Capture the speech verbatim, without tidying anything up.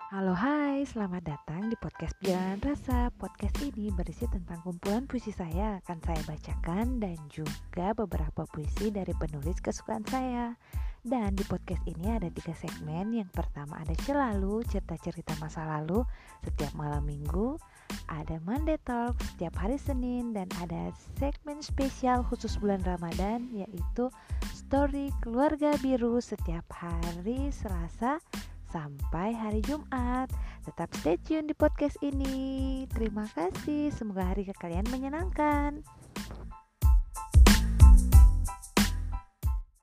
Halo hai, selamat datang di podcast Perjalanan Rasa. Podcast ini berisi tentang kumpulan puisi saya. Akan saya bacakan dan juga beberapa puisi dari penulis kesukaan saya. Dan di podcast ini ada tiga segmen. Yang pertama ada Celalu, cerita-cerita masa lalu setiap malam minggu. Ada Monday Talk setiap hari Senin. Dan ada segmen spesial khusus bulan Ramadan, yaitu Story Keluarga Biru setiap hari Selasa sampai hari Jumat. Tetap stay tune di podcast ini. Terima kasih. Semoga hari kalian menyenangkan.